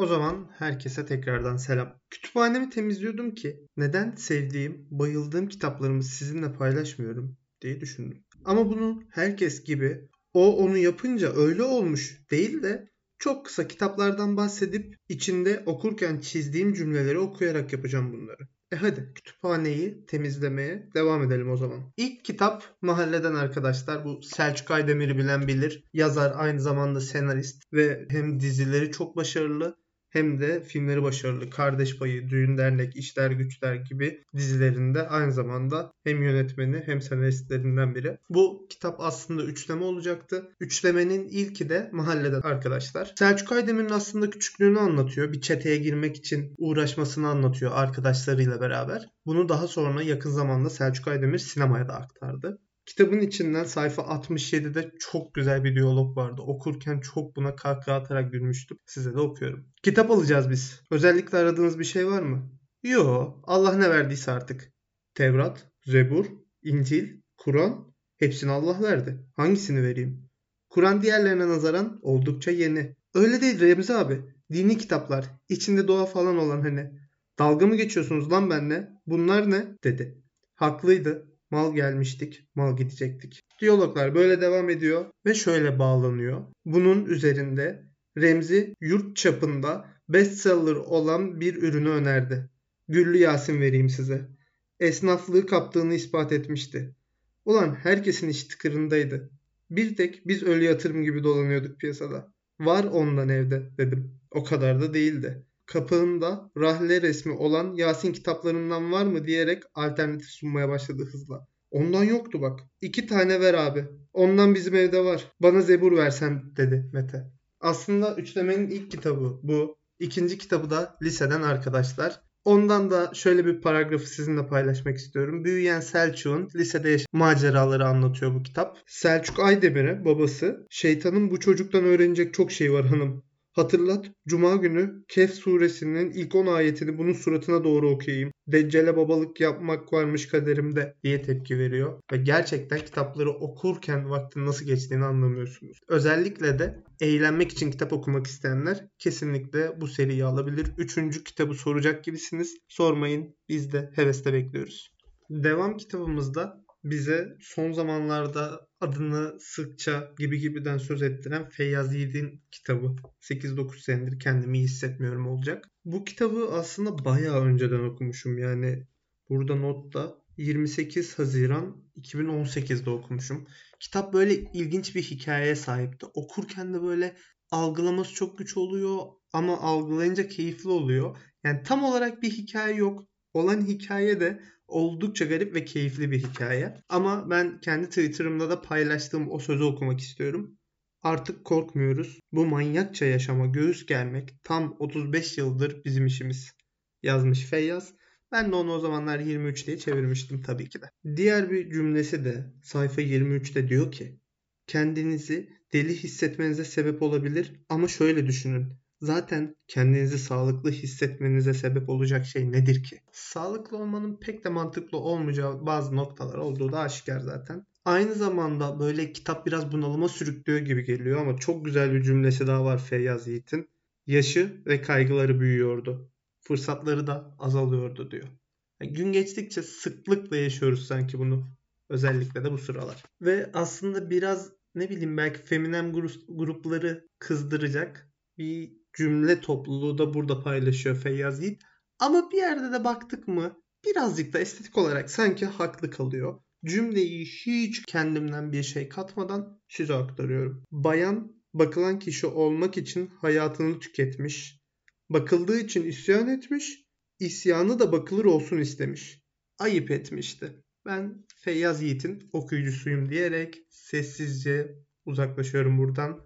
O zaman herkese tekrardan selam. Kütüphanemi temizliyordum ki neden sevdiğim, bayıldığım kitaplarımı sizinle paylaşmıyorum diye düşündüm. Ama bunu herkes gibi o onu yapınca öyle olmuş değil de çok kısa kitaplardan bahsedip içinde okurken çizdiğim cümleleri okuyarak yapacağım bunları. Hadi kütüphaneyi temizlemeye devam edelim o zaman. İlk kitap Mahalleden Arkadaşlar. Bu Selçuk Aydemir'i bilen bilir. Yazar, aynı zamanda senarist ve hem dizileri çok başarılı hem de filmleri başarılı. Kardeş Payı, Düğün Dernek, İşler Güçler gibi dizilerinde aynı zamanda hem yönetmeni hem senaristlerinden biri. Bu kitap aslında üçleme olacaktı. Üçlemenin ilki de Mahalleden Arkadaşlar. Selçuk Aydemir'in aslında küçüklüğünü anlatıyor. Bir çeteye girmek için uğraşmasını anlatıyor arkadaşlarıyla beraber. Bunu daha sonra yakın zamanda Selçuk Aydemir sinemaya da aktardı. Kitabın içinden sayfa 67'de çok güzel bir diyalog vardı. Okurken çok buna kahkaha atarak gülmüştüm. Size de okuyorum. Kitap alacağız biz. Özellikle aradığınız bir şey var mı? Yo, Allah ne verdiyse artık. Tevrat, Zebur, İncil, Kur'an hepsini Allah verdi. Hangisini vereyim? Kur'an diğerlerine nazaran oldukça yeni. Öyle değil Remzi abi. Dini kitaplar. İçinde dua falan olan hani. Dalga mı geçiyorsunuz lan benimle? Bunlar ne? Dedi. Haklıydı. Mal gelmiştik, mal gidecektik. Diyaloglar böyle devam ediyor ve şöyle bağlanıyor. Bunun üzerinde Remzi yurt çapında bestseller olan bir ürünü önerdi. Güllü Yasin vereyim size. Esnaflığı kaptığını ispat etmişti. Ulan herkesin işi tıkırındaydı. Bir tek biz ölü yatırım gibi dolanıyorduk piyasada. Var ondan evde dedim. O kadar da değildi. Kapağında rahle resmi olan Yasin kitaplarından var mı diyerek alternatif sunmaya başladı hızla. Ondan yoktu bak. 2 tane ver abi. Ondan bizim evde var. Bana Zebur versen dedi Mete. Aslında üçlemenin ilk kitabı bu. İkinci kitabı da Liseden Arkadaşlar. Ondan da şöyle bir paragrafı sizinle paylaşmak istiyorum. Büyüyen Selçuk'un lisede maceraları anlatıyor bu kitap. Selçuk Aydemir'e babası, şeytanın bu çocuktan öğrenecek çok şey var hanım. Hatırlat, Cuma günü Kehf suresinin ilk 10 ayetini bunun suratına doğru okuyayım. Deccale babalık yapmak varmış kaderimde diye tepki veriyor. Ve gerçekten kitapları okurken vaktin nasıl geçtiğini anlamıyorsunuz. Özellikle de eğlenmek için kitap okumak isteyenler kesinlikle bu seriyi alabilir. Üçüncü kitabı soracak gibisiniz. Sormayın, biz de hevesle bekliyoruz. Devam kitabımızda bize son zamanlarda adını sıkça gibi gibiden söz ettiren Feyyaz Yiğit'in kitabı. 8-9 senedir kendimi iyi hissetmiyorum olacak. Bu kitabı aslında bayağı önceden okumuşum. Yani burada notta 28 Haziran 2018'de okumuşum. Kitap böyle ilginç bir hikayeye sahipti. Okurken de böyle algılaması çok güç oluyor ama algılayınca keyifli oluyor. Yani tam olarak bir hikaye yok. Olan hikaye de oldukça garip ve keyifli bir hikaye. Ama ben kendi Twitter'ımda da paylaştığım o sözü okumak istiyorum. Artık korkmuyoruz. Bu manyakça yaşama göğüs germek tam 35 yıldır bizim işimiz. Yazmış Feyyaz. Ben de onu o zamanlar 23 diye çevirmiştim tabii ki de. Diğer bir cümlesi de sayfa 23'te diyor ki kendinizi deli hissetmenize sebep olabilir ama şöyle düşünün. Zaten kendinizi sağlıklı hissetmenize sebep olacak şey nedir ki? Sağlıklı olmanın pek de mantıklı olmayacağı bazı noktalar olduğu da aşikar zaten. Aynı zamanda böyle kitap biraz bunalıma sürüklüyor gibi geliyor ama çok güzel bir cümlesi daha var Feyyaz Yiğit'in. Yaşı ve kaygıları büyüyordu. Fırsatları da azalıyordu diyor. Yani gün geçtikçe sıklıkla yaşıyoruz sanki bunu. Özellikle de bu sıralar. Ve aslında biraz ne bileyim belki feminen grupları kızdıracak bir cümle topluluğu da burada paylaşıyor Feyyaz Yiğit. Ama bir yerde de baktık mı birazcık da estetik olarak sanki haklı kalıyor. Cümleyi hiç kendimden bir şey katmadan size aktarıyorum. Bayan bakılan kişi olmak için hayatını tüketmiş. Bakıldığı için isyan etmiş. İsyanı da bakılır olsun istemiş. Ayıp etmişti. Ben Feyyaz Yiğit'in okuyucusuyum diyerek sessizce uzaklaşıyorum buradan.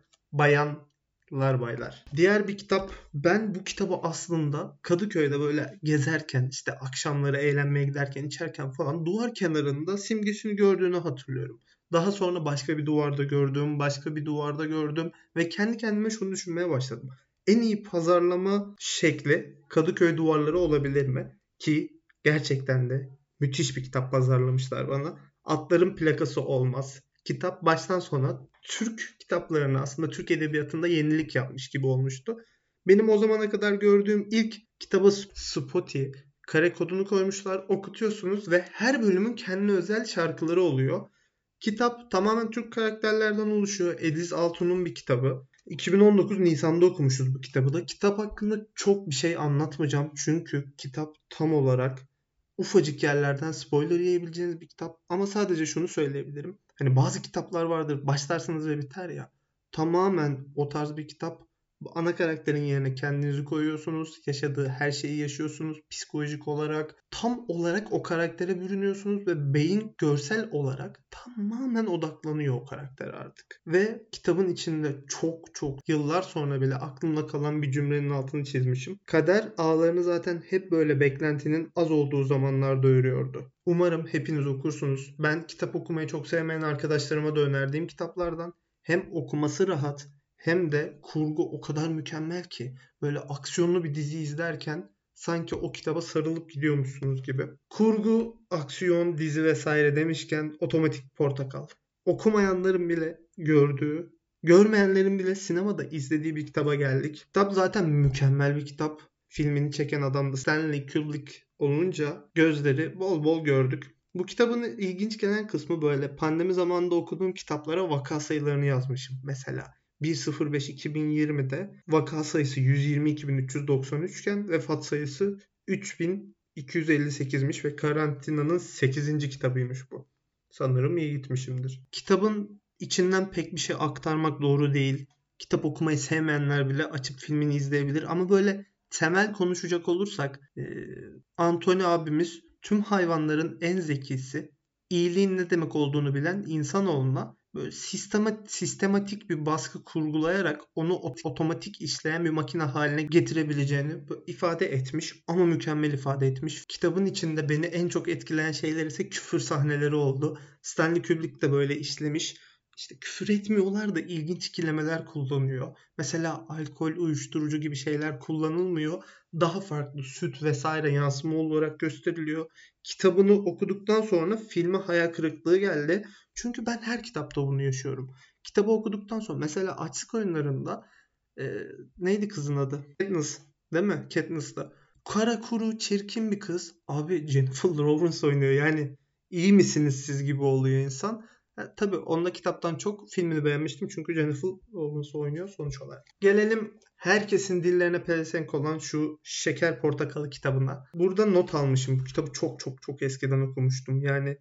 Bayanlar baylar. Diğer bir kitap. Ben bu kitabı aslında Kadıköy'de böyle gezerken işte akşamları eğlenmeye giderken içerken falan duvar kenarında simgesini gördüğünü hatırlıyorum. Daha sonra başka bir duvarda gördüm, başka bir duvarda gördüm ve kendi kendime şunu düşünmeye başladım. En iyi pazarlama şekli Kadıköy duvarları olabilir mi? Ki gerçekten de müthiş bir kitap pazarlamışlar bana. Atların plakası olmaz. Kitap baştan sona Türk kitaplarına aslında Türk edebiyatında yenilik yapmış gibi olmuştu. Benim o zamana kadar gördüğüm ilk kitaba Spotify kare kodunu koymuşlar. Okutuyorsunuz ve her bölümün kendine özel şarkıları oluyor. Kitap tamamen Türk karakterlerden oluşuyor. Ediz Altun'un bir kitabı. 2019 Nisan'da okumuşuz bu kitabı da. Kitap hakkında çok bir şey anlatmayacağım. Çünkü kitap tam olarak ufacık yerlerden spoiler yiyebileceğiniz bir kitap. Ama sadece şunu söyleyebilirim. Hani bazı kitaplar vardır. Başlarsınız ve biter ya. Tamamen o tarz bir kitap. Ana karakterin yerine kendinizi koyuyorsunuz. Yaşadığı her şeyi yaşıyorsunuz. Psikolojik olarak tam olarak o karaktere bürünüyorsunuz ve beyin görsel olarak tamamen odaklanıyor o karakter artık. Ve kitabın içinde çok yıllar sonra bile aklımda kalan bir cümlenin altını çizmişim. Kader ağlarını zaten hep böyle beklentinin az olduğu zamanlarda örüyordu. Umarım hepiniz okursunuz. Ben kitap okumayı çok sevmeyen arkadaşlarıma da önerdiğim kitaplardan. Hem okuması rahat hem de kurgu o kadar mükemmel ki böyle aksiyonlu bir dizi izlerken sanki o kitaba sarılıp gidiyormuşsunuz gibi. Kurgu, aksiyon, dizi vesaire demişken Otomatik Portakal. Okumayanların bile gördüğü, görmeyenlerin bile sinemada izlediği bir kitaba geldik. Kitap zaten mükemmel bir kitap. Filmini çeken adam da Stanley Kubrick olunca gözleri bol bol gördük. Bu kitabın ilginç gelen kısmı böyle pandemi zamanında okuduğum kitaplara vaka sayılarını yazmışım mesela. 1.05.2020'de vaka sayısı 122.393 iken vefat sayısı 3.258'miş ve karantinanın 8. kitabıymış bu. Sanırım iyi gitmişimdir. Kitabın içinden pek bir şey aktarmak doğru değil. Kitap okumayı sevmeyenler bile açıp filmini izleyebilir ama böyle temel konuşacak olursak Anthony abimiz tüm hayvanların en zekisi, iyiliğin ne demek olduğunu bilen insanoğluna böyle sistematik bir baskı kurgulayarak onu otomatik işleyen bir makine haline getirebileceğini ifade etmiş ama mükemmel ifade etmiş. Kitabın içinde beni en çok etkileyen şeyler ise küfür sahneleri oldu. Stanley Kubrick de böyle işlemiş. İşte küfür etmiyorlar da ilginç kelimeler kullanıyor. Mesela alkol, uyuşturucu gibi şeyler kullanılmıyor. Daha farklı süt vesaire yansıma olarak gösteriliyor. Kitabını okuduktan sonra filme hayal kırıklığı geldi. Çünkü ben her kitapta bunu yaşıyorum. Kitabı okuduktan sonra mesela Açlık Oyunları'nda neydi kızın adı? Katniss değil mi? Katniss'ta. Kara kuru çirkin bir kız. Abi Jennifer Lawrence oynuyor. Yani iyi misiniz siz gibi oluyor insan. Tabii onunla kitaptan çok filmini beğenmiştim. Çünkü Jennifer Lawrence oynuyor sonuç olarak. Gelelim herkesin dillerine pelesenk olan şu Şeker Portakalı kitabına. Burada not almışım. Bu kitabı çok eskiden okumuştum. Yani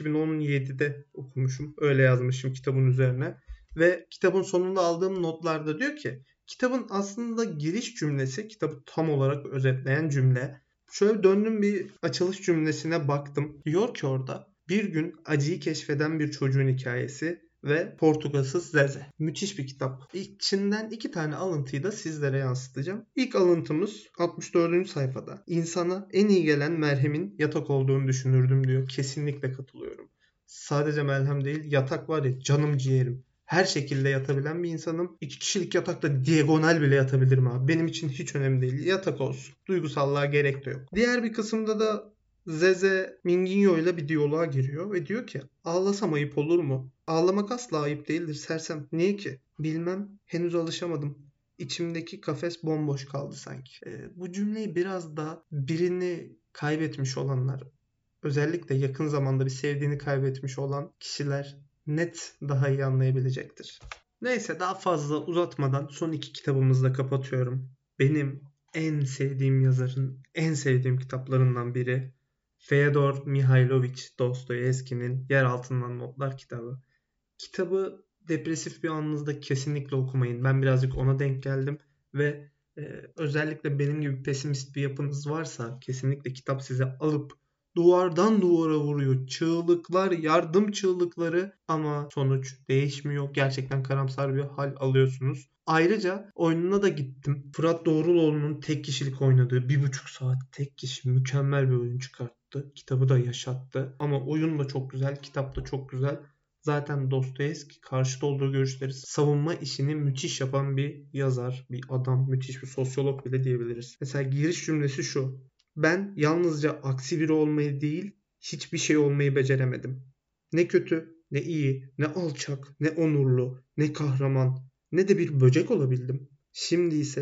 2017'de okumuşum. Öyle yazmışım kitabın üzerine. Ve kitabın sonunda aldığım notlarda diyor ki kitabın aslında giriş cümlesi kitabı tam olarak özetleyen cümle. Şöyle döndüm bir açılış cümlesine baktım. Diyor ki orada bir gün acıyı keşfeden bir çocuğun hikayesi ve Portugalsız Zeze. Müthiş bir kitap. İçinden 2 tane alıntıyı da sizlere yansıtacağım. İlk alıntımız 64. sayfada. İnsana en iyi gelen merhemin yatak olduğunu düşünürdüm diyor. Kesinlikle katılıyorum. Sadece merhem değil, yatak var ya canım ciğerim. Her şekilde yatabilen bir insanım. 2 kişilik yatakta diagonal bile yatabilirim abi. Benim için hiç önemli değil. Yatak olsun. Duygusallığa gerek de yok. Diğer bir kısımda da Zeze Minginho ile bir diyaloğa giriyor ve diyor ki ağlasam ayıp olur mu? Ağlamak asla ayıp değildir sersem. Niye ki? Bilmem. Henüz alışamadım. İçimdeki kafes bomboş kaldı sanki. Bu cümleyi biraz da birini kaybetmiş olanlar, özellikle yakın zamanda bir sevdiğini kaybetmiş olan kişiler net daha iyi anlayabilecektir. Neyse daha fazla uzatmadan son 2 kitabımızla kapatıyorum. Benim en sevdiğim yazarın en sevdiğim kitaplarından biri Fyodor Mihailovich Dostoyevski'nin Yer Altından Notlar kitabı. Kitabı depresif bir anınızda kesinlikle okumayın. Ben birazcık ona denk geldim ve özellikle benim gibi pesimist bir yapınız varsa kesinlikle kitap size alıp duvardan duvara vuruyor. Çığlıklar, yardım çığlıkları ama sonuç değişmiyor. Gerçekten karamsar bir hal alıyorsunuz. Ayrıca oyununa da gittim. Fırat Doğruloğlu'nun tek kişilik oynadığı 1,5 saat tek kişi mükemmel bir oyun çıkarttı. Kitabı da yaşattı. Ama oyun da çok güzel, kitap da çok güzel. Zaten Dostoyevski karşıt olduğu görüşleri savunma işini müthiş yapan bir yazar, bir adam, müthiş bir sosyolog bile diyebiliriz. Mesela giriş cümlesi şu. Ben yalnızca aksi biri olmayı değil, hiçbir şey olmayı beceremedim. Ne kötü, ne iyi, ne alçak, ne onurlu, ne kahraman, ne de bir böcek olabildim. Şimdi ise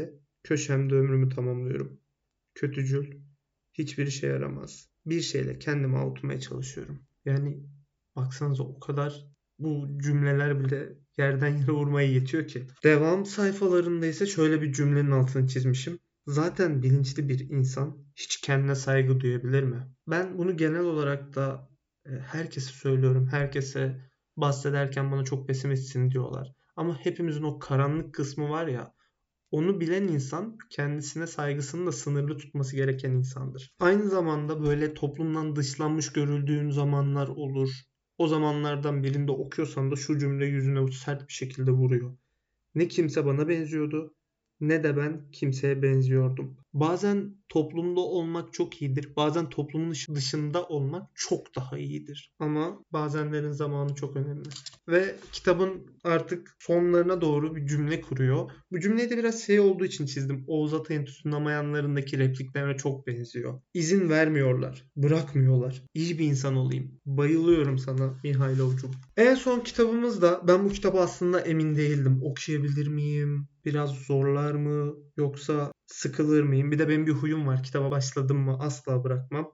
köşemde ömrümü tamamlıyorum. Kötücül, hiçbir işe yaramaz. Bir şeyle kendimi avutmaya çalışıyorum. Yani baksanıza o kadar bu cümleler bile yerden yere vurmaya yetiyor ki. Devam sayfalarında ise şöyle bir cümlenin altını çizmişim. Zaten bilinçli bir insan hiç kendine saygı duyabilir mi? Ben bunu genel olarak da herkese söylüyorum. Herkese bahsederken bana çok pesimistsin diyorlar. Ama hepimizin o karanlık kısmı var ya, onu bilen insan kendisine saygısını da sınırlı tutması gereken insandır. Aynı zamanda böyle toplumdan dışlanmış görüldüğün zamanlar olur. O zamanlardan birinde okuyorsan da şu cümle yüzüne sert bir şekilde vuruyor. Ne kimse bana benziyordu, ne de ben kimseye benziyordum. Bazen toplumda olmak çok iyidir. Bazen toplumun dışında olmak çok daha iyidir. Ama bazenlerin zamanı çok önemli. Ve kitabın artık sonlarına doğru bir cümle kuruyor. Bu cümleyi de biraz şey olduğu için çizdim. Oğuz Atay'ın Tsunamayanlarındaki repliklerine çok benziyor. İzin vermiyorlar, bırakmıyorlar. İyi bir insan olayım. Bayılıyorum sana Mihailovcuğum. En son kitabımızda ben bu kitabı aslında emin değildim. Okuyabilir miyim? Biraz zorlar mı? Yoksa sıkılır mıyım? Bir de benim bir huyum var. Kitaba başladım mı asla bırakmam.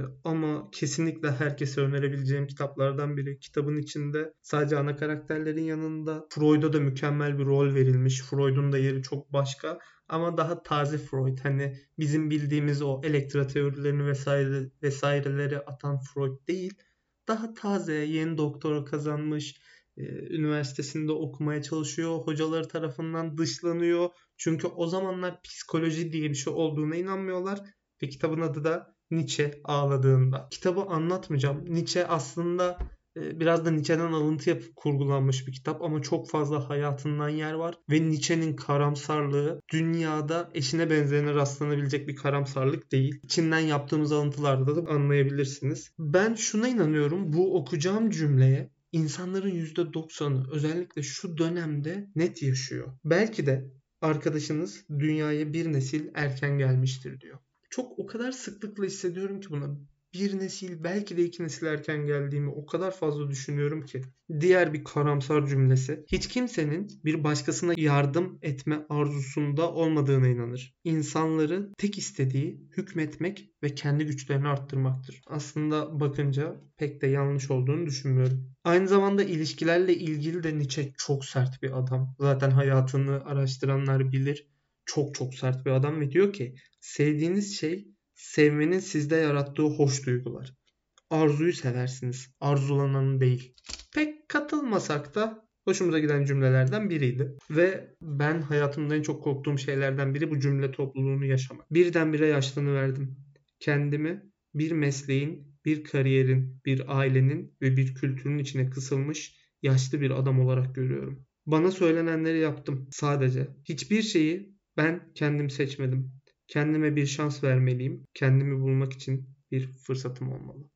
Ama kesinlikle herkese önerebileceğim kitaplardan biri. Kitabın içinde sadece ana karakterlerin yanında Freud'a da mükemmel bir rol verilmiş. Freud'un da yeri çok başka. Ama daha taze Freud. Hani bizim bildiğimiz o elektra teorilerini vesaireleri atan Freud değil. Daha taze, yeni doktora kazanmış, üniversitesinde okumaya çalışıyor, hocaları tarafından dışlanıyor. Çünkü o zamanlar psikoloji diye bir şey olduğuna inanmıyorlar ve kitabın adı da Nietzsche ağladığında. Kitabı anlatmayacağım. Nietzsche aslında biraz da Nietzsche'den alıntı yapıp kurgulanmış bir kitap ama çok fazla hayatından yer var ve Nietzsche'nin karamsarlığı dünyada eşine benzerine rastlanabilecek bir karamsarlık değil. İçinden yaptığımız alıntılarda da anlayabilirsiniz. Ben şuna inanıyorum, bu okuyacağım cümleye insanların %90'ı özellikle şu dönemde net yaşıyor. Belki de arkadaşınız dünyaya bir nesil erken gelmiştir diyor. Çok o kadar sıklıkla hissediyorum ki buna. Bir nesil, belki de iki nesil erken geldiğimi o kadar fazla düşünüyorum ki. Diğer bir karamsar cümlesi. Hiç kimsenin bir başkasına yardım etme arzusunda olmadığına inanır. İnsanları tek istediği hükmetmek ve kendi güçlerini arttırmaktır. Aslında bakınca pek de yanlış olduğunu düşünmüyorum. Aynı zamanda ilişkilerle ilgili de Nietzsche çok sert bir adam. Zaten hayatını araştıranlar bilir. Çok çok sert bir adam ve diyor ki sevdiğiniz şey sevmenin sizde yarattığı hoş duygular. Arzuyu seversiniz, arzulananı değil. Pek katılmasak da hoşumuza giden cümlelerden biriydi. Ve ben hayatımda en çok korktuğum şeylerden biri bu cümle topluluğunu yaşamak. Birdenbire yaşlanıverdim. Kendimi bir mesleğin, bir kariyerin, bir ailenin ve bir kültürün içine kısılmış yaşlı bir adam olarak görüyorum. Bana söylenenleri yaptım sadece. Hiçbir şeyi ben kendim seçmedim. Kendime bir şans vermeliyim. Kendimi bulmak için bir fırsatım olmalı.